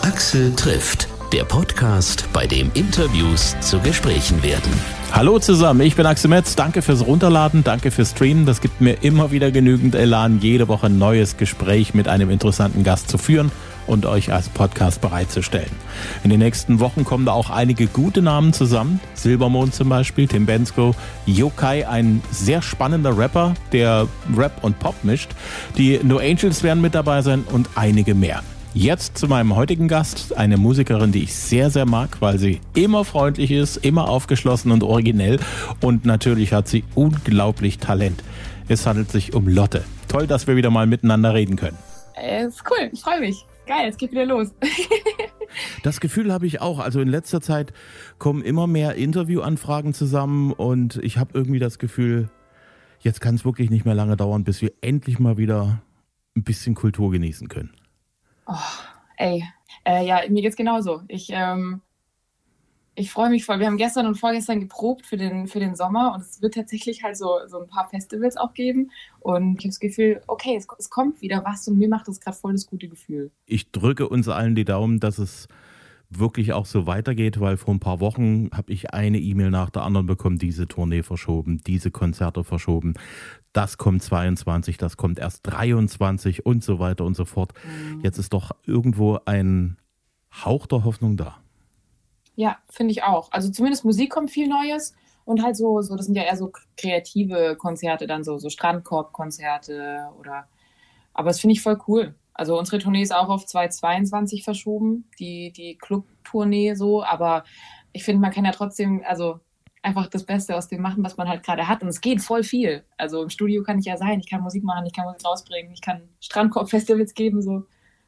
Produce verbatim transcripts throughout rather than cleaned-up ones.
Axel trifft, der Podcast, bei dem Interviews zu Gesprächen werden. Hallo zusammen, ich bin Axel Metz. Danke fürs Runterladen, danke fürs Streamen. Das gibt mir immer wieder genügend Elan, jede Woche ein neues Gespräch mit einem interessanten Gast zu führen und euch als Podcast bereitzustellen. In den nächsten Wochen kommen da auch einige gute Namen zusammen. Silbermond zum Beispiel, Tim Bendzko, Yokai, ein sehr spannender Rapper, der Rap und Pop mischt. Die No Angels werden mit dabei sein und einige mehr. Jetzt zu meinem heutigen Gast, eine Musikerin, die ich sehr, sehr mag, weil sie immer freundlich ist, immer aufgeschlossen und originell und natürlich hat sie unglaublich Talent. Es handelt sich um Lotte. Toll, dass wir wieder mal miteinander reden können. Äh, ist cool, ich freue mich. Geil, es geht wieder los. Das Gefühl habe ich auch. Also in letzter Zeit kommen immer mehr Interviewanfragen zusammen und ich habe irgendwie das Gefühl, jetzt kann es wirklich nicht mehr lange dauern, bis wir endlich mal wieder ein bisschen Kultur genießen können. Oh, ey, äh, ja, mir geht's genauso. Ich, ähm, ich freue mich voll. Wir haben gestern und vorgestern geprobt für den, für den Sommer und es wird tatsächlich halt so, so ein paar Festivals auch geben. Und ich habe das Gefühl, okay, es, es kommt wieder was und mir macht das gerade voll das gute Gefühl. Ich drücke uns allen die Daumen, dass es wirklich auch so weitergeht, weil vor ein paar Wochen habe ich eine E-Mail nach der anderen bekommen, diese Tournee verschoben, diese Konzerte verschoben. Das kommt zweiundzwanzig, das kommt erst dreiundzwanzig und so weiter und so fort. Mhm. Jetzt ist doch irgendwo ein Hauch der Hoffnung da. Ja, finde ich auch. Also zumindest Musik kommt viel Neues und halt so, so das sind ja eher so kreative Konzerte, dann so, so Strandkorb-Konzerte oder, aber das finde ich voll cool. Also unsere Tournee ist auch auf zweitausendzweiundzwanzig verschoben, die, die Club-Tournee so, aber ich finde, man kann ja trotzdem, also einfach das Beste aus dem machen, was man halt gerade hat und es geht voll viel. Also im Studio kann ich ja sein, ich kann Musik machen, ich kann Musik rausbringen, ich kann Strandkorb-Festivals geben, so.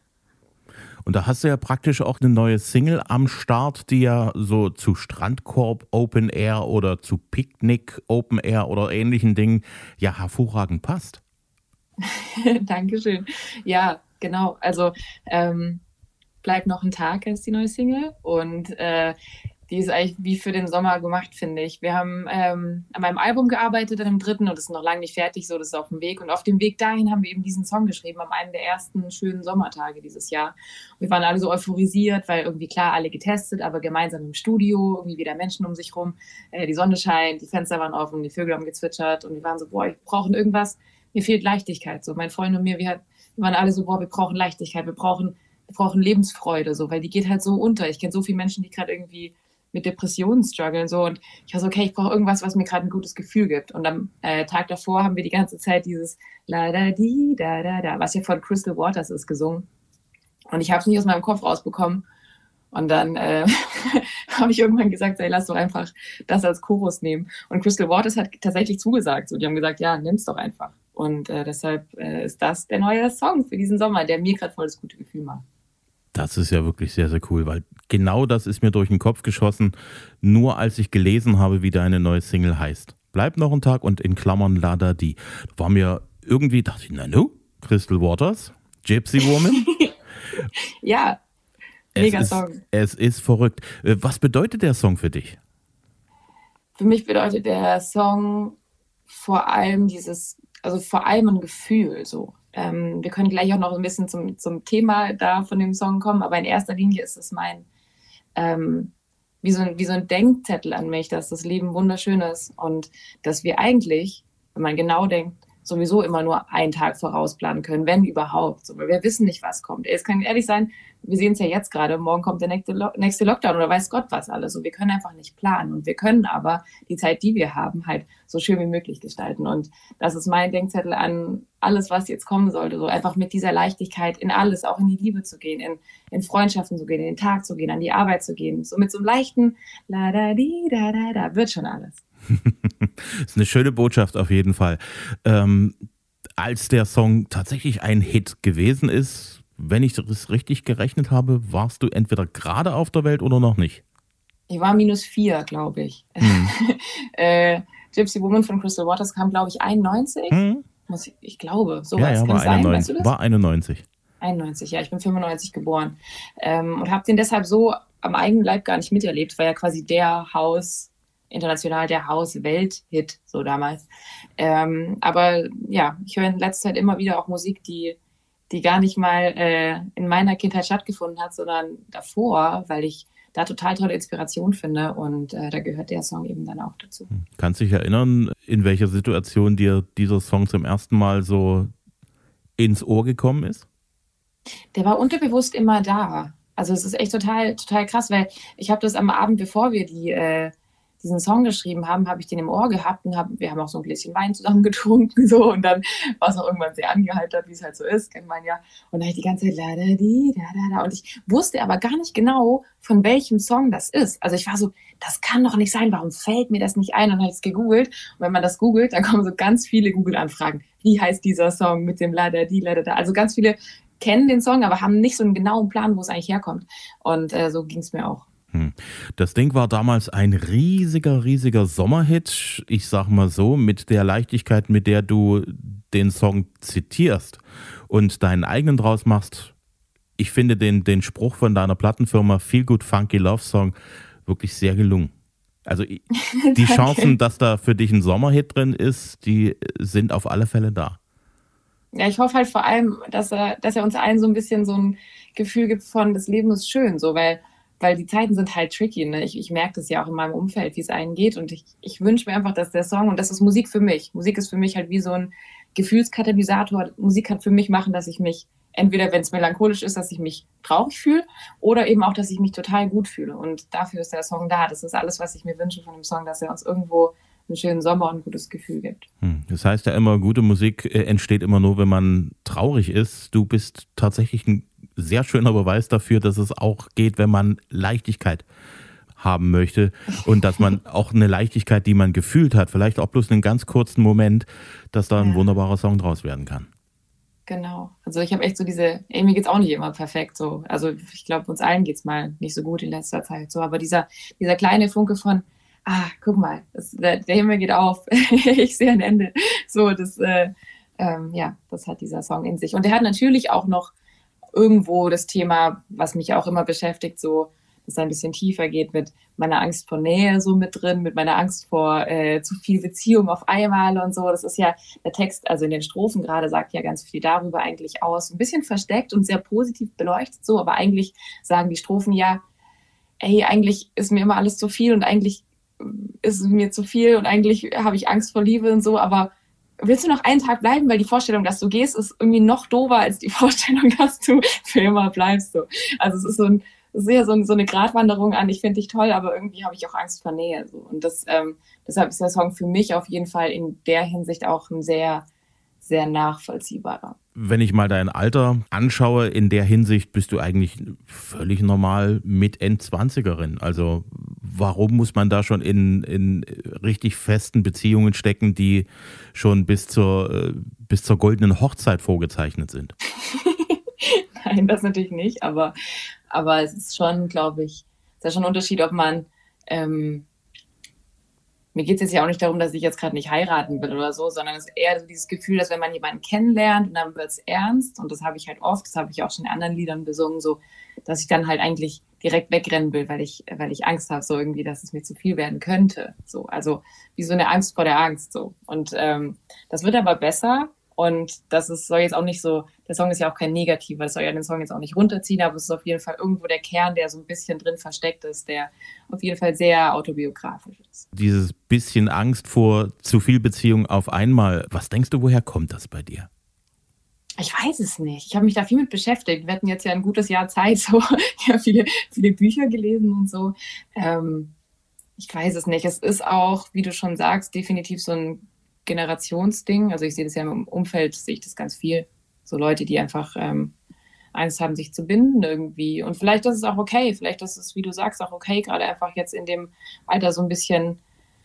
Und da hast du ja praktisch auch eine neue Single am Start, die ja so zu Strandkorb Open Air oder zu Picknick Open Air oder ähnlichen Dingen ja hervorragend passt. Dankeschön. Ja, genau. Also ähm, Bleib noch ein Tag ist die neue Single und äh, die ist eigentlich wie für den Sommer gemacht, finde ich. Wir haben ähm, an meinem Album gearbeitet, an dem dritten, und das ist noch lange nicht fertig, so, das ist auf dem Weg. Und auf dem Weg dahin haben wir eben diesen Song geschrieben, am einen der ersten schönen Sommertage dieses Jahr. Und wir waren alle so euphorisiert, weil irgendwie klar, alle getestet, aber gemeinsam im Studio, irgendwie wieder Menschen um sich rum. Äh, die Sonne scheint, die Fenster waren offen, die Vögel haben gezwitschert und wir waren so, boah, wir brauchen irgendwas. Mir fehlt Leichtigkeit. So, mein Freund und mir, wir, hat, wir waren alle so, boah, wir brauchen Leichtigkeit, wir brauchen, wir brauchen Lebensfreude, so, weil die geht halt so unter. Ich kenne so viele Menschen, die gerade irgendwie mit Depressionen strugglen, so, und ich war so, okay, ich brauche irgendwas, was mir gerade ein gutes Gefühl gibt. Und am äh, Tag davor haben wir die ganze Zeit dieses La da di da da da, was ja von Crystal Waters ist, gesungen. Und ich habe es nicht aus meinem Kopf rausbekommen. Und dann äh, habe ich irgendwann gesagt, ey, lass doch einfach das als Chorus nehmen. Und Crystal Waters hat tatsächlich zugesagt. So, die haben gesagt, ja, nimm's doch einfach. Und äh, deshalb äh, ist das der neue Song für diesen Sommer, der mir gerade voll das gute Gefühl macht. Das ist ja wirklich sehr, sehr cool, weil genau das ist mir durch den Kopf geschossen, nur als ich gelesen habe, wie deine neue Single heißt. Bleib noch ein Tag und in Klammern La Da Di. Da war mir irgendwie, dachte ich, na no, Crystal Waters, Gypsy Woman. Ja, mega es Song. Ist, es ist verrückt. Was bedeutet der Song für dich? Für mich bedeutet der Song vor allem dieses, also vor allem ein Gefühl, so. Ähm, wir können gleich auch noch ein bisschen zum, zum Thema da von dem Song kommen, aber in erster Linie ist es mein, ähm, wie, so ein, wie so ein Denkzettel an mich, dass das Leben wunderschön ist und dass wir eigentlich, wenn man genau denkt, sowieso immer nur einen Tag vorausplanen können, wenn überhaupt. So, weil wir wissen nicht, was kommt. Es kann ehrlich sein, wir sehen es ja jetzt gerade, morgen kommt der nächste, Lo- nächste Lockdown oder weiß Gott was alles. So, wir können einfach nicht planen und wir können aber die Zeit, die wir haben, halt so schön wie möglich gestalten. Und das ist mein Denkzettel an alles, was jetzt kommen sollte. So einfach mit dieser Leichtigkeit in alles, auch in die Liebe zu gehen, in, in Freundschaften zu gehen, in den Tag zu gehen, an die Arbeit zu gehen. So mit so einem leichten La da di da da da wird schon alles. Das ist eine schöne Botschaft auf jeden Fall. Ähm, als der Song tatsächlich ein Hit gewesen ist, wenn ich das richtig gerechnet habe, warst du entweder gerade auf der Welt oder noch nicht? Ich war minus vier, glaube ich. Hm. äh, Gypsy Woman von Crystal Waters kam, glaube ich, einundneunzig. Hm. Muss ich, ich glaube, sowas. Ja, ja, kann war, es sein? einundneunzig, Weißt du das? war einundneunzig. einundneunzig, ja, ich bin fünfundneunzig geboren. Ähm, und habe den deshalb so am eigenen Leib gar nicht miterlebt, war ja quasi der Haus, international der Haus-Welt-Hit, so damals. Ähm, aber ja, ich höre in letzter Zeit immer wieder auch Musik, die die gar nicht mal äh, in meiner Kindheit stattgefunden hat, sondern davor, weil ich da total tolle Inspiration finde und äh, da gehört der Song eben dann auch dazu. Kannst du dich erinnern, in welcher Situation dir dieser Song zum ersten Mal so ins Ohr gekommen ist? Der war unterbewusst immer da. Also es ist echt total, total krass, weil ich habe das am Abend, bevor wir die, äh, diesen Song geschrieben haben, habe ich den im Ohr gehabt und hab, wir haben auch so ein Gläschen Wein zusammen getrunken so und dann war es auch irgendwann sehr angeheitert, wie es halt so ist, kennt man ja. Und dann habe ich die ganze Zeit la da di da da da und ich wusste aber gar nicht genau, von welchem Song das ist. Also ich war so, das kann doch nicht sein, warum fällt mir das nicht ein? Und dann habe ich es gegoogelt und wenn man das googelt, dann kommen so ganz viele Google-Anfragen. Wie heißt dieser Song mit dem la da di la da da? Also ganz viele kennen den Song, aber haben nicht so einen genauen Plan, wo es eigentlich herkommt. Und äh, so ging es mir auch. Das Ding war damals ein riesiger, riesiger Sommerhit. Ich sag mal so, mit der Leichtigkeit, mit der du den Song zitierst und deinen eigenen draus machst. Ich finde den, den Spruch von deiner Plattenfirma Feel Good Funky Love Song wirklich sehr gelungen. Also die Chancen, dass da für dich ein Sommerhit drin ist, die sind auf alle Fälle da. Ja, ich hoffe halt vor allem, dass er, dass er uns allen so ein bisschen so ein Gefühl gibt von, das Leben ist schön, so, weil Weil die Zeiten sind halt tricky. Ne? Ich, ich merke das ja auch in meinem Umfeld, wie es einem geht. Und ich, ich wünsche mir einfach, dass der Song, und das ist Musik für mich. Musik ist für mich halt wie so ein Gefühlskatalysator. Musik kann für mich machen, dass ich mich, entweder wenn es melancholisch ist, dass ich mich traurig fühle oder eben auch, dass ich mich total gut fühle. Und dafür ist der Song da. Das ist alles, was ich mir wünsche von dem Song, dass er uns irgendwo einen schönen Sommer und ein gutes Gefühl gibt. Das heißt ja immer, gute Musik entsteht immer nur, wenn man traurig ist. Du bist tatsächlich ein sehr schöner Beweis dafür, dass es auch geht, wenn man Leichtigkeit haben möchte und dass man auch eine Leichtigkeit, die man gefühlt hat, vielleicht auch bloß einen ganz kurzen Moment, dass da ein ja. wunderbarer Song draus werden kann. Genau. Also ich habe echt so diese, ey, mir geht's auch nicht immer perfekt so. Also ich glaube, uns allen geht's mal nicht so gut in letzter Zeit so. Aber dieser, dieser kleine Funke von, ah, guck mal, das, der, der Himmel geht auf, ich sehe ein Ende. So, das, äh, ähm, ja, das hat dieser Song in sich. Und der hat natürlich auch noch irgendwo das Thema, was mich auch immer beschäftigt, so, dass es ein bisschen tiefer geht mit meiner Angst vor Nähe so mit drin, mit meiner Angst vor äh, zu viel Beziehung auf einmal und so. Das ist ja, der Text, also in den Strophen gerade, sagt ja ganz viel darüber eigentlich aus. Ein bisschen versteckt und sehr positiv beleuchtet so, aber eigentlich sagen die Strophen ja, ey, eigentlich ist mir immer alles zu viel und eigentlich ist es mir zu viel und eigentlich habe ich Angst vor Liebe und so, aber willst du noch einen Tag bleiben, weil die Vorstellung, dass du gehst, ist irgendwie noch doofer als die Vorstellung, dass du für immer bleibst. So. Also es ist so ein, es ist ja so, ein, so eine Gratwanderung an, ich finde dich toll, aber irgendwie habe ich auch Angst vor Nähe. So. Und das, ähm, deshalb ist der Song für mich auf jeden Fall in der Hinsicht auch ein sehr, sehr nachvollziehbarer. Wenn ich mal dein Alter anschaue, in der Hinsicht bist du eigentlich völlig normal mit Endzwanzigerin. Also warum muss man da schon in, in richtig festen Beziehungen stecken, die schon bis zur, bis zur goldenen Hochzeit vorgezeichnet sind? Nein, das natürlich nicht, aber, aber es ist schon, glaube ich, es ist ja schon ein Unterschied, ob man, ähm, mir geht es jetzt ja auch nicht darum, dass ich jetzt gerade nicht heiraten will oder so, sondern es ist eher so dieses Gefühl, dass wenn man jemanden kennenlernt und dann wird es ernst, und das habe ich halt oft, das habe ich auch schon in anderen Liedern besungen, so, dass ich dann halt eigentlich direkt wegrennen will, weil ich, weil ich Angst habe, so irgendwie, dass es mir zu viel werden könnte. So, also wie so eine Angst vor der Angst. So. Und ähm, das wird aber besser. Und das ist, soll jetzt auch nicht so, der Song ist ja auch kein Negativer, das soll ja den Song jetzt auch nicht runterziehen, aber es ist auf jeden Fall irgendwo der Kern, der so ein bisschen drin versteckt ist, der auf jeden Fall sehr autobiografisch ist. Dieses bisschen Angst vor zu viel Beziehung auf einmal, was denkst du, woher kommt das bei dir? Ich weiß es nicht. Ich habe mich da viel mit beschäftigt. Wir hatten jetzt ja ein gutes Jahr Zeit, so, ich habe viele, viele Bücher gelesen und so. Ähm, ich weiß es nicht. Es ist auch, wie du schon sagst, definitiv so ein Generationsding. Also ich sehe das ja im Umfeld, sehe ich das ganz viel. So Leute, die einfach ähm, Angst haben, sich zu binden irgendwie. Und vielleicht ist es auch okay. Vielleicht ist es, wie du sagst, auch okay, gerade einfach jetzt in dem Alter so ein bisschen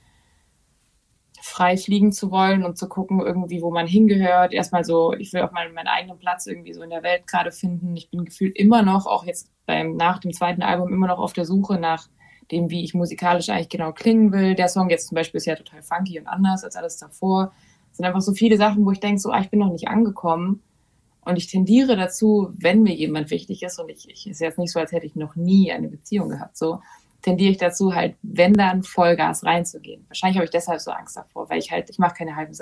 frei fliegen zu wollen und zu gucken irgendwie, wo man hingehört. Erstmal so, ich will auch mal meinen eigenen Platz irgendwie so in der Welt gerade finden. Ich bin gefühlt immer noch, auch jetzt beim, nach dem zweiten Album, immer noch auf der Suche nach dem, wie ich musikalisch eigentlich genau klingen will. Der Song jetzt zum Beispiel ist ja total funky und anders als alles davor. Es sind einfach so viele Sachen, wo ich denke, so, ah, ich bin noch nicht angekommen. Und ich tendiere dazu, wenn mir jemand wichtig ist, und ich, ich ist jetzt nicht so, als hätte ich noch nie eine Beziehung gehabt, so, tendiere ich dazu, halt, wenn dann Vollgas reinzugehen. Wahrscheinlich habe ich deshalb so Angst davor, weil ich halt, ich mache keine halben Sachen.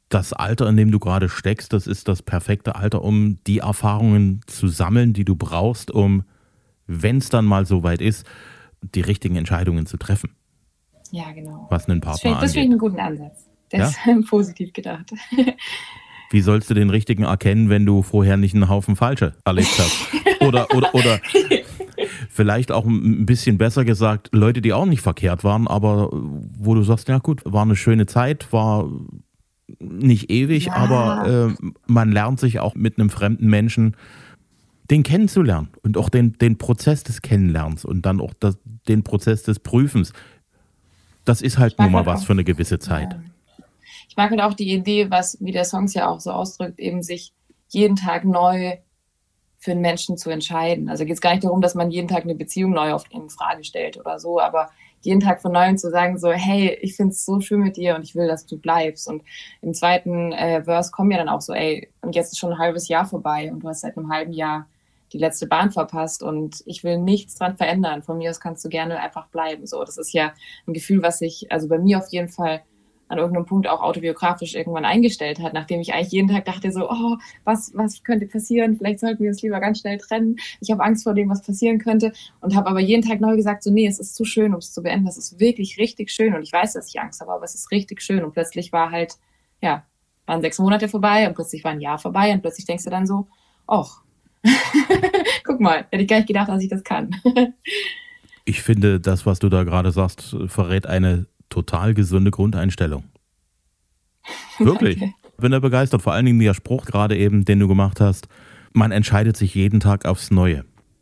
Das Alter, in dem du gerade steckst, das ist das perfekte Alter, um die Erfahrungen zu sammeln, die du brauchst, um, wenn es dann mal so weit ist, die richtigen Entscheidungen zu treffen. Ja, genau. Was einen Partner angeht. Das finde ich einen guten Ansatz. Das Ja? ist positiv gedacht. Wie sollst du den richtigen erkennen, wenn du vorher nicht einen Haufen Falsche erlebt hast? Oder, oder, oder vielleicht auch ein bisschen besser gesagt, Leute, die auch nicht verkehrt waren, aber wo du sagst, ja gut, war eine schöne Zeit, war nicht ewig, Ja. aber äh, man lernt sich auch mit einem fremden Menschen den kennenzulernen und auch den, den Prozess des Kennenlernens und dann auch das, den Prozess des Prüfens. Das ist halt Ich mag nun mal halt was auch- für eine gewisse Zeit. Ja. Ich mag halt auch die Idee, was, wie der Song es ja auch so ausdrückt, eben sich jeden Tag neu für einen Menschen zu entscheiden. Also geht es gar nicht darum, dass man jeden Tag eine Beziehung neu auf in Frage stellt oder so, aber jeden Tag von Neuem zu sagen, so, hey, ich finde es so schön mit dir und ich will, dass du bleibst. Und im zweiten äh, Verse kommen ja dann auch so, ey, und jetzt ist schon ein halbes Jahr vorbei und du hast seit einem halben Jahr die letzte Bahn verpasst und ich will nichts dran verändern. Von mir aus kannst du gerne einfach bleiben. So, das ist ja ein Gefühl, was sich also bei mir auf jeden Fall an irgendeinem Punkt auch autobiografisch irgendwann eingestellt hat, nachdem ich eigentlich jeden Tag dachte so, oh, was, was könnte passieren? Vielleicht sollten wir uns lieber ganz schnell trennen. Ich habe Angst vor dem, was passieren könnte und habe aber jeden Tag neu gesagt, so, nee, es ist zu schön, um es zu beenden. Es ist wirklich richtig schön und ich weiß, dass ich Angst habe, aber es ist richtig schön und plötzlich war halt, ja, waren sechs Monate vorbei und plötzlich war ein Jahr vorbei und plötzlich denkst du dann so, och, guck mal, hätte ich gar nicht gedacht, dass ich das kann. Ich finde, das, was du da gerade sagst, verrät eine total gesunde Grundeinstellung. Wirklich. Danke. Bin da begeistert. Vor allen Dingen der Spruch gerade eben, den du gemacht hast. Man entscheidet sich jeden Tag aufs Neue.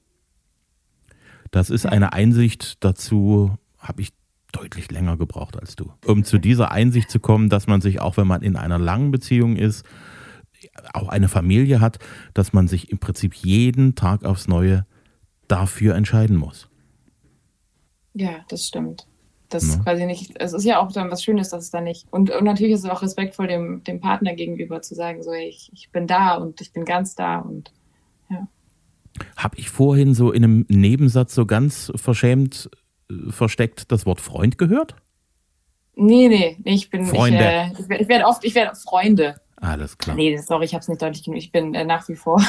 Das ist eine Einsicht, dazu habe ich deutlich länger gebraucht als du. Um zu dieser Einsicht zu kommen, dass man sich, auch wenn man in einer langen Beziehung ist, auch eine Familie hat, dass man sich im Prinzip jeden Tag aufs Neue dafür entscheiden muss. Ja, das stimmt. Das Ne? ist quasi nicht, es ist ja auch dann was Schönes, dass es dann nicht, und, und natürlich ist es auch respektvoll dem, dem Partner gegenüber zu sagen, so, hey, ich, ich bin da und ich bin ganz da und Habe ich vorhin so in einem Nebensatz so ganz verschämt äh, versteckt das Wort Freund gehört? nee, nee, nee, ich bin, Freunde. ich, äh, ich, werde- ich werde oft, ich werde Freunde. Alles klar. Nee, sorry, ich habe es nicht deutlich genug. Ich bin äh, nach wie vor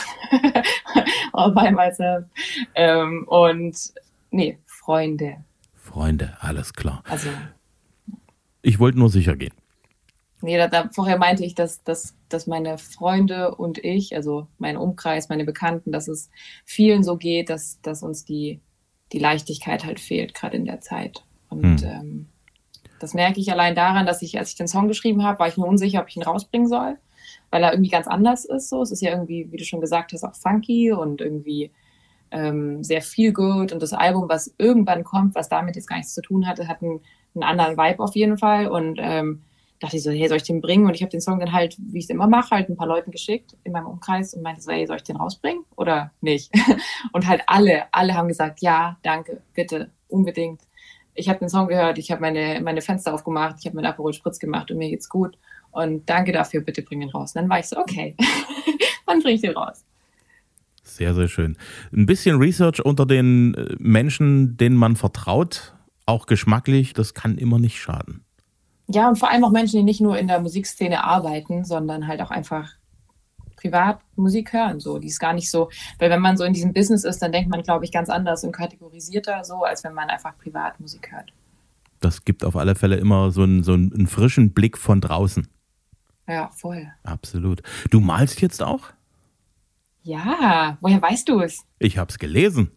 bei myself. Ähm, und nee, Freunde. Freunde, alles klar. Also, Ich wollte nur sicher gehen. nee, da, da, vorher meinte ich, dass, dass, dass meine Freunde und ich, also mein Umkreis, meine Bekannten, dass es vielen so geht, dass, dass uns die, die Leichtigkeit halt fehlt, gerade in der Zeit. Und Hm. ähm, das merke ich allein daran, dass ich, als ich den Song geschrieben habe, war ich mir unsicher, ob ich ihn rausbringen soll, weil er irgendwie ganz anders ist. So. Es ist ja irgendwie, wie du schon gesagt hast, auch funky und irgendwie ähm, sehr feel good. Und das Album, was irgendwann kommt, was damit jetzt gar nichts zu tun hatte, hat einen, einen anderen Vibe auf jeden Fall. Und ähm, dachte ich so, hey, soll ich den bringen? Und ich habe den Song dann halt, wie ich es immer mache, halt ein paar Leuten geschickt in meinem Umkreis und meinte so, hey, soll ich den rausbringen oder nicht? Und halt alle, alle haben gesagt, ja, danke, bitte, unbedingt. Ich habe den Song gehört, ich habe meine, meine Fenster aufgemacht, ich habe meinen Aperol Spritz gemacht und mir geht's gut. Und danke dafür, bitte bring den raus. Und dann war ich so, okay, dann bring ich den raus. Sehr, sehr schön. Ein bisschen Research unter den äh, Menschen, denen man vertraut, auch geschmacklich, das kann immer nicht schaden. Ja, und vor allem auch Menschen, die nicht nur in der Musikszene arbeiten, sondern halt auch einfach privat Musik hören. So, die ist gar nicht so, weil wenn man so in diesem Business ist, dann denkt man, glaube ich, ganz anders und kategorisierter so, als wenn man einfach privat Musik hört. Das gibt auf alle Fälle immer so einen, so einen, einen frischen Blick von draußen. Ja, voll. Absolut. Du malst jetzt auch? Ja, woher weißt du es? Ich habe es gelesen.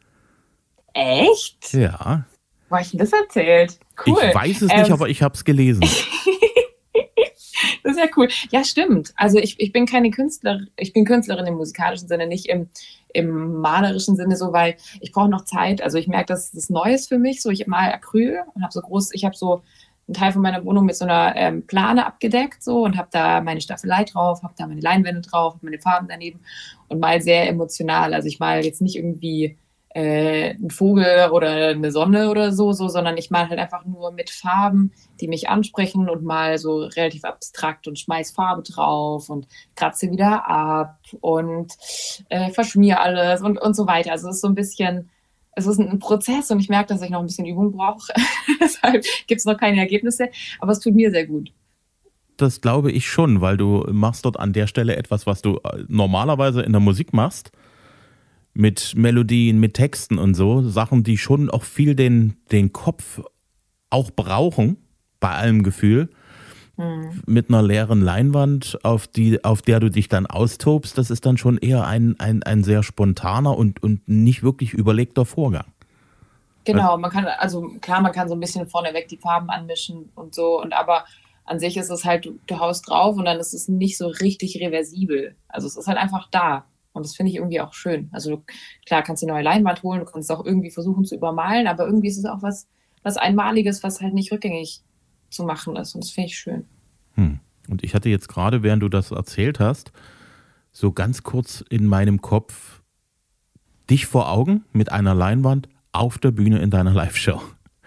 Echt? Ja. Wo hab ich denn das erzählt? Cool. Ich weiß es Ähm, nicht, aber ich habe es gelesen. Das ist ja cool. Ja, stimmt. Also ich, ich bin keine Künstlerin, ich bin Künstlerin im musikalischen Sinne, nicht im, im malerischen Sinne so, weil ich brauche noch Zeit. Also ich merke, das ist Neues für mich. So, ich mal Acryl und habe so groß, ich habe so einen Teil von meiner Wohnung mit so einer ähm, Plane abgedeckt so und habe da meine Staffelei drauf, habe da meine Leinwände drauf, hab meine Farben daneben und mal sehr emotional. Also ich mal jetzt nicht irgendwie äh, einen Vogel oder eine Sonne oder so, so, sondern ich mal halt einfach nur mit Farben, die mich ansprechen und mal so relativ abstrakt und schmeiß Farbe drauf und kratze wieder ab und äh, verschmier alles und, und so weiter. Also es ist so ein bisschen, es ist ein Prozess und ich merke, dass ich noch ein bisschen Übung brauche. Deshalb gibt es noch keine Ergebnisse, aber es tut mir sehr gut. das glaube ich schon, weil du machst dort an der Stelle etwas, was du normalerweise in der Musik machst, mit Melodien, mit Texten und so, Sachen, die schon auch viel den, den Kopf auch brauchen, bei allem Gefühl, mhm. mit einer leeren Leinwand, auf, die, auf der du dich dann austobst, das ist dann schon eher ein, ein, ein sehr spontaner und, und nicht wirklich überlegter Vorgang. Genau, man kann, also klar, man kann so ein bisschen vorneweg die Farben anmischen und so, und aber an sich ist es halt, du, du haust drauf und dann ist es nicht so richtig reversibel. Also es ist halt einfach da. Und das finde ich irgendwie auch schön. Also du, klar, kannst du eine neue Leinwand holen, du kannst auch irgendwie versuchen zu übermalen, aber irgendwie ist es auch was, was Einmaliges, was halt nicht rückgängig zu machen ist. Und das finde ich schön. Hm. Und ich hatte jetzt gerade, während du das erzählt hast, so ganz kurz in meinem Kopf dich vor Augen mit einer Leinwand auf der Bühne in deiner Live-Show.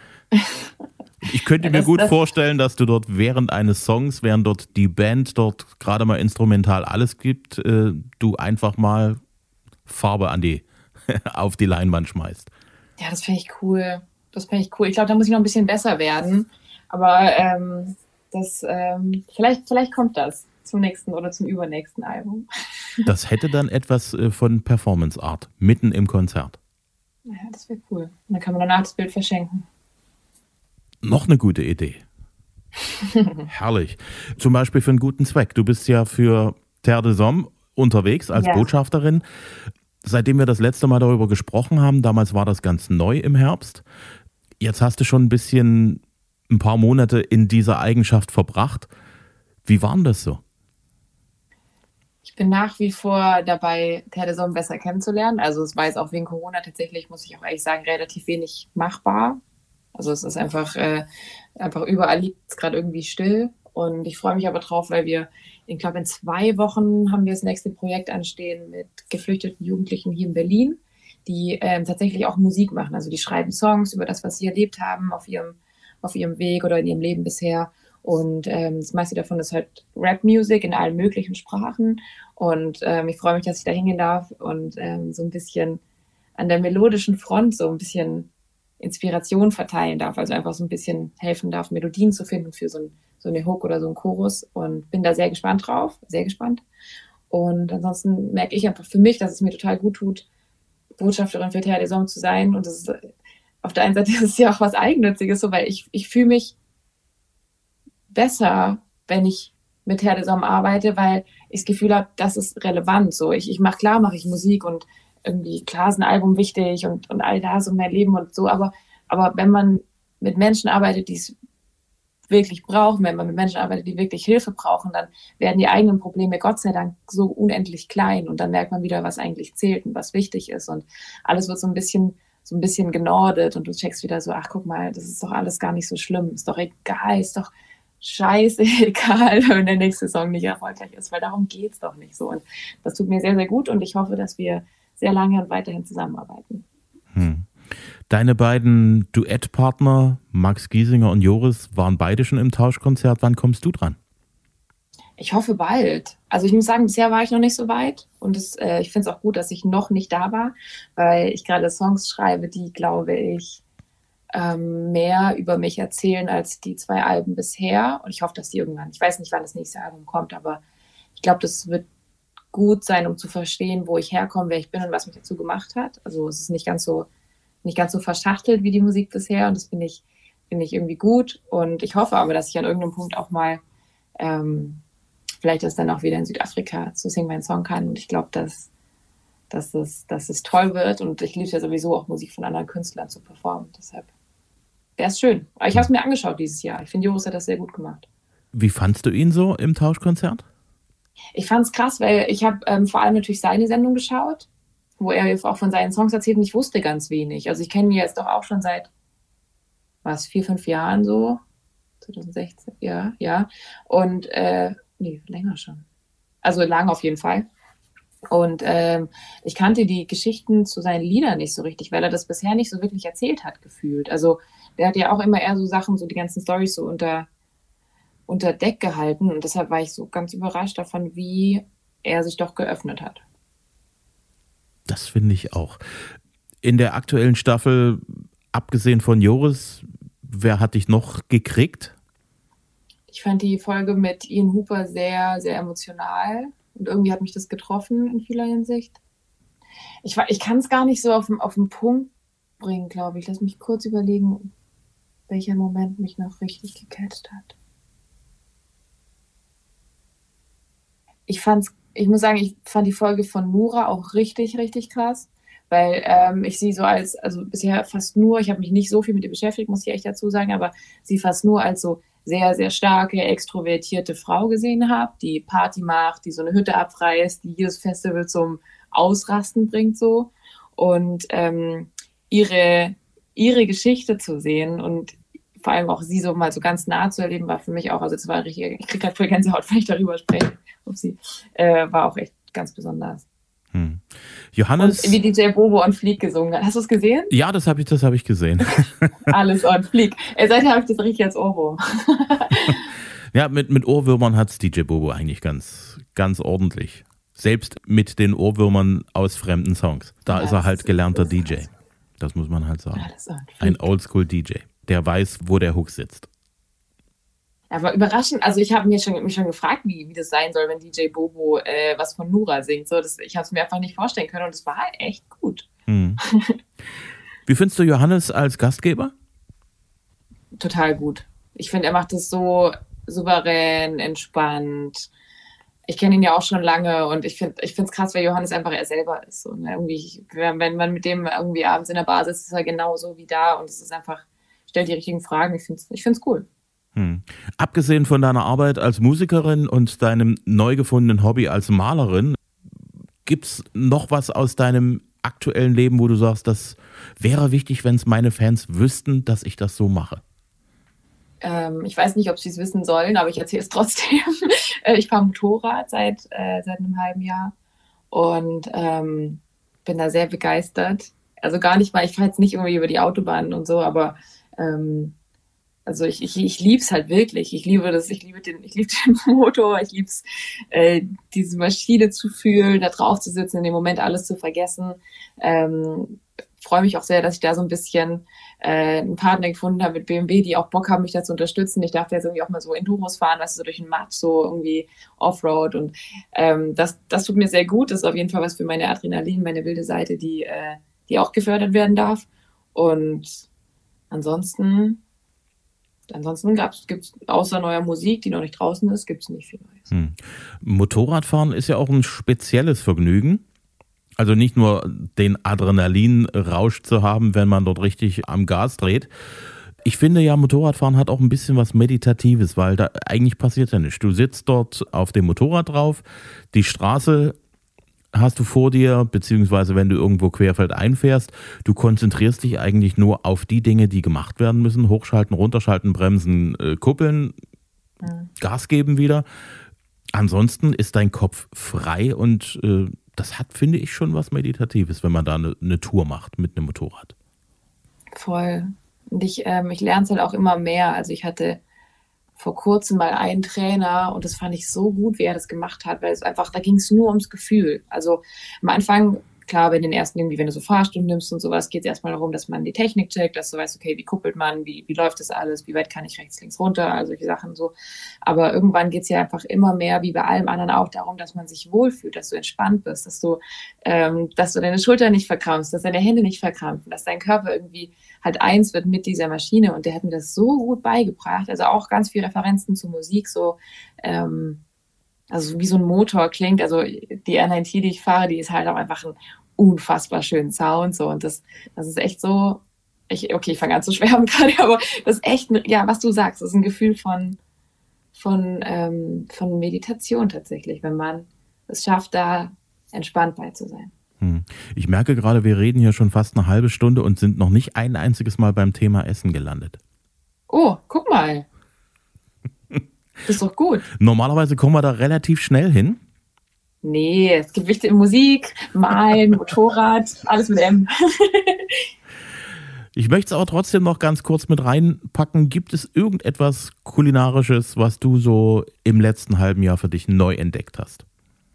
Ich könnte ja, das, mir gut das vorstellen, dass du dort während eines Songs, während dort die Band dort gerade mal instrumental alles gibt, äh, du einfach mal Farbe an die, auf die Leinwand schmeißt. Ja, das finde ich cool. Das finde ich cool. Ich glaube, da muss ich noch ein bisschen besser werden. Aber ähm, das, ähm, vielleicht, vielleicht kommt das zum nächsten oder zum übernächsten Album. Das hätte dann etwas von Performance Art, mitten im Konzert. Ja, das wäre cool. Dann kann man danach das Bild verschenken. Noch eine gute Idee. Herrlich. Zum Beispiel für einen guten Zweck. Du bist ja für Terre des Hommes unterwegs als ja. Botschafterin. Seitdem wir das letzte Mal darüber gesprochen haben, damals war das ganz neu im Herbst. Jetzt hast du schon ein bisschen, ein paar Monate in dieser Eigenschaft verbracht. Wie war denn das so? Ich bin nach wie vor dabei, Terre des Hommes besser kennenzulernen. Also es war jetzt auch wegen Corona tatsächlich, muss ich auch ehrlich sagen, relativ wenig machbar. Also es ist einfach, äh, einfach überall liegt es gerade irgendwie still. Und ich freue mich aber drauf, weil wir, ich glaube, in zwei Wochen haben wir das nächste Projekt anstehen mit geflüchteten Jugendlichen hier in Berlin, die ähm, tatsächlich auch Musik machen. Also die schreiben Songs über das, was sie erlebt haben auf ihrem, auf ihrem Weg oder in ihrem Leben bisher. Und ähm, das meiste davon ist halt Rap-Music in allen möglichen Sprachen. Und ähm, ich freue mich, dass ich da hingehen darf und ähm, so ein bisschen an der melodischen Front so ein bisschen Inspiration verteilen darf. Also einfach so ein bisschen helfen darf, Melodien zu finden für so, ein, so eine Hook oder so einen Chorus. Und bin da sehr gespannt drauf, sehr gespannt. Und ansonsten merke ich einfach für mich, dass es mir total gut tut, Botschafterin für Terre des Hommes zu sein. Und das ist, auf der einen Seite ist es ja auch was Eigennütziges, so, weil ich, ich fühle mich besser, wenn ich mit Terre des Hommes arbeite, weil ich das Gefühl habe, das ist relevant. So, ich, ich mache klar, mache ich Musik und irgendwie, klar ist ein Album wichtig und, und all das und mein Leben und so, aber, aber wenn man mit Menschen arbeitet, die es wirklich brauchen, wenn man mit Menschen arbeitet, die wirklich Hilfe brauchen, dann werden die eigenen Probleme Gott sei Dank so unendlich klein und dann merkt man wieder, was eigentlich zählt und was wichtig ist und alles wird so ein bisschen so ein bisschen genordet und du checkst wieder so, ach guck mal, das ist doch alles gar nicht so schlimm, ist doch egal, ist doch scheißegal, wenn der nächste Song nicht erfolgreich ist, weil darum geht's doch nicht so. Und das tut mir sehr, sehr gut und ich hoffe, dass wir sehr lange und weiterhin zusammenarbeiten. Hm. Deine beiden Duettpartner, Max Giesinger und Joris, waren beide schon im Tauschkonzert. Wann kommst du dran? Ich hoffe bald. Also ich muss sagen, bisher war ich noch nicht so weit und das, äh, ich finde es auch gut, dass ich noch nicht da war, weil ich gerade Songs schreibe, die, glaube ich, ähm, mehr über mich erzählen als die zwei Alben bisher und ich hoffe, dass die irgendwann, ich weiß nicht, wann das nächste Album kommt, aber ich glaube, das wird gut sein, um zu verstehen, wo ich herkomme, wer ich bin und was mich dazu gemacht hat. Also es ist nicht ganz so, nicht ganz so verschachtelt wie die Musik bisher und das finde ich, finde ich irgendwie gut und ich hoffe aber, dass ich an irgendeinem Punkt auch mal ähm, vielleicht das dann auch wieder in Südafrika zu Sing Mein Song kann und ich glaube, dass, dass, es, dass es toll wird und ich liebe ja sowieso auch Musik von anderen Künstlern zu performen, deshalb wäre es schön. Aber ich habe es mir angeschaut dieses Jahr. Ich finde, Joris hat das sehr gut gemacht. Wie fandst du ihn so im Tauschkonzert? Ich fand es krass, weil ich habe ähm, vor allem natürlich seine Sendung geschaut, wo er auch von seinen Songs erzählt und ich wusste ganz wenig. Also ich kenne ihn jetzt doch auch schon seit, was, vier, fünf Jahren so. zwanzig sechzehn, ja, ja. Und, äh, nee, länger schon. Also lang auf jeden Fall. Und ähm, ich kannte die Geschichten zu seinen Liedern nicht so richtig, weil er das bisher nicht so wirklich erzählt hat, gefühlt. Also der hat ja auch immer eher so Sachen, so die ganzen Storys so unter unter Deck gehalten und deshalb war ich so ganz überrascht davon, wie er sich doch geöffnet hat. Das finde ich auch. In der aktuellen Staffel, abgesehen von Joris, wer hat dich noch gekriegt? Ich fand die Folge mit Ian Hooper sehr, sehr emotional und irgendwie hat mich das getroffen in vieler Hinsicht. Ich, ich kann es gar nicht so auf, auf den Punkt bringen, glaube ich. Lass mich kurz überlegen, welcher Moment mich noch richtig gecatcht hat. Ich fand's, ich muss sagen, ich fand die Folge von Nura auch richtig, richtig krass, weil ähm, ich sie so als, also bisher fast nur, ich habe mich nicht so viel mit ihr beschäftigt, muss ich echt dazu sagen, aber sie fast nur als so sehr, sehr starke, extrovertierte Frau gesehen habe, die Party macht, die so eine Hütte abreißt, die jedes Festival zum Ausrasten bringt so. Und ähm, ihre, ihre Geschichte zu sehen und vor allem auch sie so mal so ganz nah zu erleben, war für mich auch, also es war richtig, ich kriege gerade voll Gänsehaut, wenn ich darüber spreche, auf sie, äh, war auch echt ganz besonders. Hm. Johannes. Und wie D J Bobo on Fleek gesungen hat. Hast du es gesehen? Ja, das habe ich, das hab ich gesehen. Alles on Fleek. Äh, seither habe ich das richtig als Ohrwurm. Ja, mit, mit Ohrwürmern hat es D J Bobo eigentlich ganz, ganz ordentlich. Selbst mit den Ohrwürmern aus fremden Songs. Da ja, ist er halt ist gelernter D J. Das muss man halt sagen. Ein Oldschool-D J, der weiß, wo der Hook sitzt. Aber überraschend, also ich habe mich schon, mich schon gefragt, wie, wie das sein soll, wenn D J Bobo äh, was von Nura singt. So, das, ich habe es mir einfach nicht vorstellen können und es war halt echt gut. Hm. Wie findest du Johannes als Gastgeber? Total gut. Ich finde, er macht das so souverän, entspannt. Ich kenne ihn ja auch schon lange und ich finde ich finde es krass, weil Johannes einfach er selber ist. Und irgendwie, wenn man mit dem irgendwie abends in der Bar sitzt, ist er genauso wie da und es ist einfach, stellt die richtigen Fragen. Ich finde es ich find's cool. Hm. Abgesehen von deiner Arbeit als Musikerin und deinem neu gefundenen Hobby als Malerin, gibt's noch was aus deinem aktuellen Leben, wo du sagst, das wäre wichtig, wenn es meine Fans wüssten, dass ich das so mache? Ähm, ich weiß nicht, ob sie es wissen sollen, aber ich erzähle es trotzdem. Ich fahre Motorrad seit, äh, seit einem halben Jahr und ähm, bin da sehr begeistert. Also gar nicht mal, ich fahre jetzt nicht irgendwie über die Autobahn und so, aber ähm, also ich, ich, ich liebe es halt wirklich. Ich liebe das, ich liebe den, ich liebe den Motor, ich liebe es, äh, diese Maschine zu fühlen, da drauf zu sitzen, in dem Moment alles zu vergessen. Ähm, freue mich auch sehr, dass ich da so ein bisschen äh, einen Partner gefunden habe mit B M W, die auch Bock haben, mich da zu unterstützen. Ich darf jetzt irgendwie auch mal so Enduros fahren, weißt du, so durch den Matsch, so irgendwie Offroad und ähm, das, das tut mir sehr gut. Das ist auf jeden Fall was für meine Adrenalin, meine wilde Seite, die, äh, die auch gefördert werden darf. Und ansonsten Ansonsten gibt es außer neuer Musik, die noch nicht draußen ist, gibt es nicht viel Neues. Hm. Motorradfahren ist ja auch ein spezielles Vergnügen. Also nicht nur den Adrenalinrausch zu haben, wenn man dort richtig am Gas dreht. Ich finde ja, Motorradfahren hat auch ein bisschen was Meditatives, weil da eigentlich passiert ja nichts. Du sitzt dort auf dem Motorrad drauf, die Straße hast du vor dir, beziehungsweise wenn du irgendwo querfeldein fährst, du konzentrierst dich eigentlich nur auf die Dinge, die gemacht werden müssen. Hochschalten, runterschalten, bremsen, äh, kuppeln, mhm. Gas geben wieder. Ansonsten ist dein Kopf frei und äh, das hat, finde ich, schon was Meditatives, wenn man da eine, eine Tour macht mit einem Motorrad. Voll. Und ich, ähm, ich lerne es halt auch immer mehr. Also ich hatte vor kurzem mal einen Trainer und das fand ich so gut, wie er das gemacht hat, weil es einfach, da ging es nur ums Gefühl. Also am Anfang, klar, bei den ersten irgendwie, wenn du so Fahrstunden nimmst und sowas, geht es erstmal darum, dass man die Technik checkt, dass du weißt, okay, wie kuppelt man, wie, wie läuft das alles, wie weit kann ich rechts, links, runter, also solche Sachen so. Aber irgendwann geht es ja einfach immer mehr, wie bei allem anderen auch, darum, dass man sich wohlfühlt, dass du entspannt bist, dass du, ähm, dass du deine Schulter nicht verkrampfst, dass deine Hände nicht verkrampfen, dass dein Körper irgendwie halt eins wird mit dieser Maschine und der hat mir das so gut beigebracht, also auch ganz viele Referenzen zur Musik, so ähm, also wie so ein Motor klingt, also die R neun T, die ich fahre, die ist halt auch einfach ein unfassbar schönen Sound, so, und das, das ist echt so, ich, okay, ich fange an zu schwärmen gerade, aber das ist echt, ja, was du sagst, das ist ein Gefühl von, von, ähm, von Meditation tatsächlich, wenn man es schafft, da entspannt bei zu sein. Hm. Ich merke gerade, wir reden hier schon fast eine halbe Stunde und sind noch nicht ein einziges Mal beim Thema Essen gelandet. Oh, guck mal. Das ist doch gut. Normalerweise kommen wir da relativ schnell hin. Nee, es gibt wichtige Musik, Malen, Motorrad, alles mit M. Ich möchte es aber trotzdem noch ganz kurz mit reinpacken. Gibt es irgendetwas Kulinarisches, was du so im letzten halben Jahr für dich neu entdeckt hast?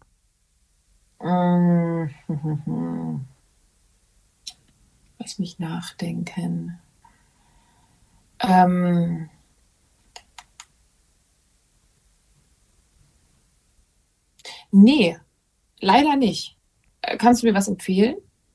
Lass mich nachdenken. Ähm... Nee, leider nicht. Kannst du mir was empfehlen?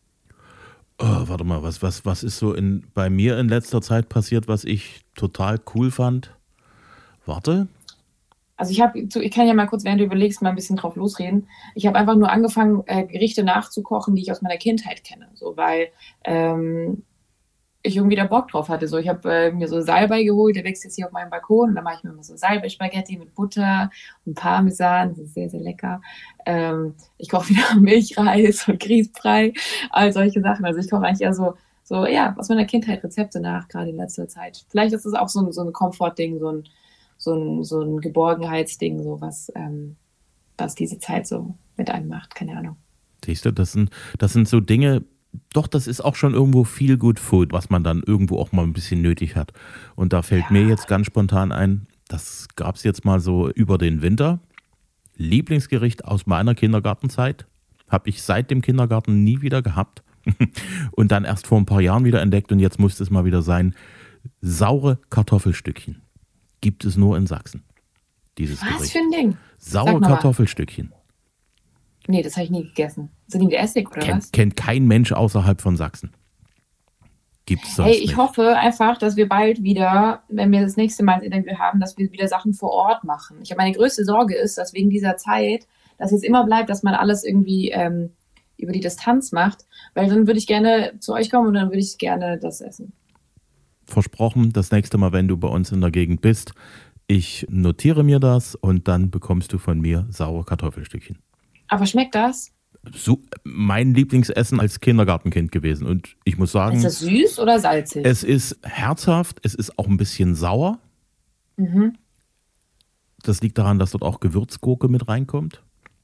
Oh, warte mal, was, was, was ist so in, bei mir in letzter Zeit passiert, was ich total cool fand? Warte. Also ich habe, ich kann ja mal kurz, während du überlegst, mal ein bisschen drauf losreden. Ich habe einfach nur angefangen, äh, Gerichte nachzukochen, die ich aus meiner Kindheit kenne. So, weil ähm, ich irgendwie da Bock drauf hatte. So, ich habe äh, mir so Salbei geholt, der wächst jetzt hier auf meinem Balkon. Und dann mache ich mir immer so Salbei-Spaghetti mit Butter und Parmesan. Das ist sehr, sehr lecker. Ähm, ich koche wieder Milchreis und Grießbrei, all solche Sachen. Also ich koche eigentlich eher so, so, ja, aus meiner Kindheit Rezepte nach, gerade in letzter Zeit. Vielleicht ist es auch so ein, so ein Komfort-Ding, so ein, so ein, so ein Geborgenheitsding, so was, ähm, was diese Zeit so mit einem macht. Keine Ahnung. Siehst du, das sind, das sind so Dinge, doch, das ist auch schon irgendwo viel Good Food, was man dann irgendwo auch mal ein bisschen nötig hat. Und da fällt ja. mir jetzt ganz spontan ein, das gab es jetzt mal so über den Winter. Lieblingsgericht aus meiner Kindergartenzeit. Habe ich seit dem Kindergarten nie wieder gehabt. Und dann erst vor ein paar Jahren wieder entdeckt und jetzt musste es mal wieder sein. Saure Kartoffelstückchen. Gibt es nur in Sachsen. Dieses Was Gericht. für ein Ding? Saure Kartoffelstückchen. Nee, das habe ich nie gegessen. Sind die mit Essig oder Kennt, was? kennt kein Mensch außerhalb von Sachsen. Gibt's sonst Hey, ich nicht. hoffe einfach, dass wir bald wieder, wenn wir das nächste Mal ein Interview haben, dass wir wieder Sachen vor Ort machen. Ich habe meine größte Sorge ist, dass wegen dieser Zeit, dass jetzt immer bleibt, dass man alles irgendwie ähm, über die Distanz macht, weil dann würde ich gerne zu euch kommen und dann würde ich gerne das essen. Versprochen, das nächste Mal, wenn du bei uns in der Gegend bist, ich notiere mir das und dann bekommst du von mir saure Kartoffelstückchen. Aber schmeckt das? So, mein Lieblingsessen als Kindergartenkind gewesen. Und ich muss sagen, ist das süß oder salzig? Es ist herzhaft, es ist auch ein bisschen sauer. Mhm. Das liegt daran, dass dort auch Gewürzgurke mit reinkommt.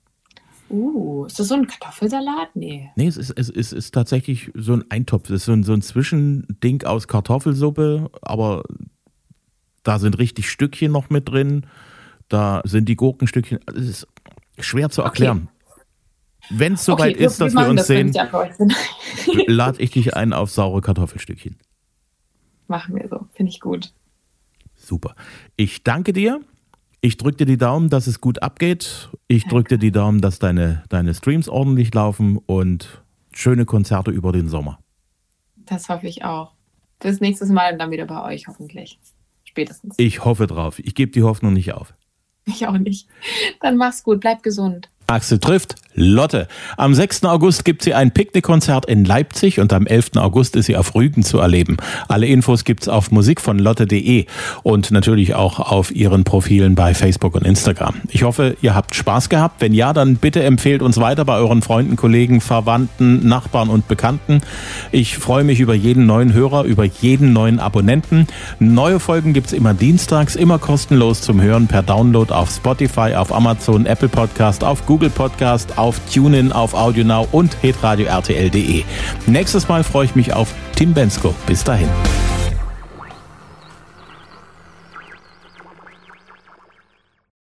Uh, ist das so ein Kartoffelsalat? Nee. Nee, es ist, es ist, es ist tatsächlich so ein Eintopf. Es ist so ein, so ein Zwischending aus Kartoffelsuppe, aber da sind richtig Stückchen noch mit drin. Da sind die Gurkenstückchen. Es ist schwer zu erklären. Okay. Wenn es soweit okay, ist, wir, dass wir wir uns das, sehen, ich lade ich dich ein auf saure Kartoffelstückchen. Machen wir so, finde ich gut. Super. Ich danke dir. Ich drücke dir die Daumen, dass es gut abgeht. Ich drücke dir die Daumen, dass deine, deine Streams ordentlich laufen und schöne Konzerte über den Sommer. Das hoffe ich auch. Bis nächstes Mal und dann wieder bei euch hoffentlich. Spätestens. Ich hoffe drauf. Ich gebe die Hoffnung nicht auf. Ich auch nicht. Dann mach's gut, bleib gesund. Axel trifft Lotte. Am sechsten August gibt sie ein Picknickkonzert in Leipzig und am elften August ist sie auf Rügen zu erleben. Alle Infos gibt's auf musik von lotte punkt de und natürlich auch auf ihren Profilen bei Facebook und Instagram. Ich hoffe, ihr habt Spaß gehabt. Wenn ja, dann bitte empfehlt uns weiter bei euren Freunden, Kollegen, Verwandten, Nachbarn und Bekannten. Ich freue mich über jeden neuen Hörer, über jeden neuen Abonnenten. Neue Folgen gibt's immer dienstags, immer kostenlos zum Hören per Download auf Spotify, auf Amazon, Apple Podcast, auf Google Podcast, auf TuneIn, auf AudioNow und hitradio R T L punkt de. Nächstes Mal freue ich mich auf Tim Bensko. Bis dahin.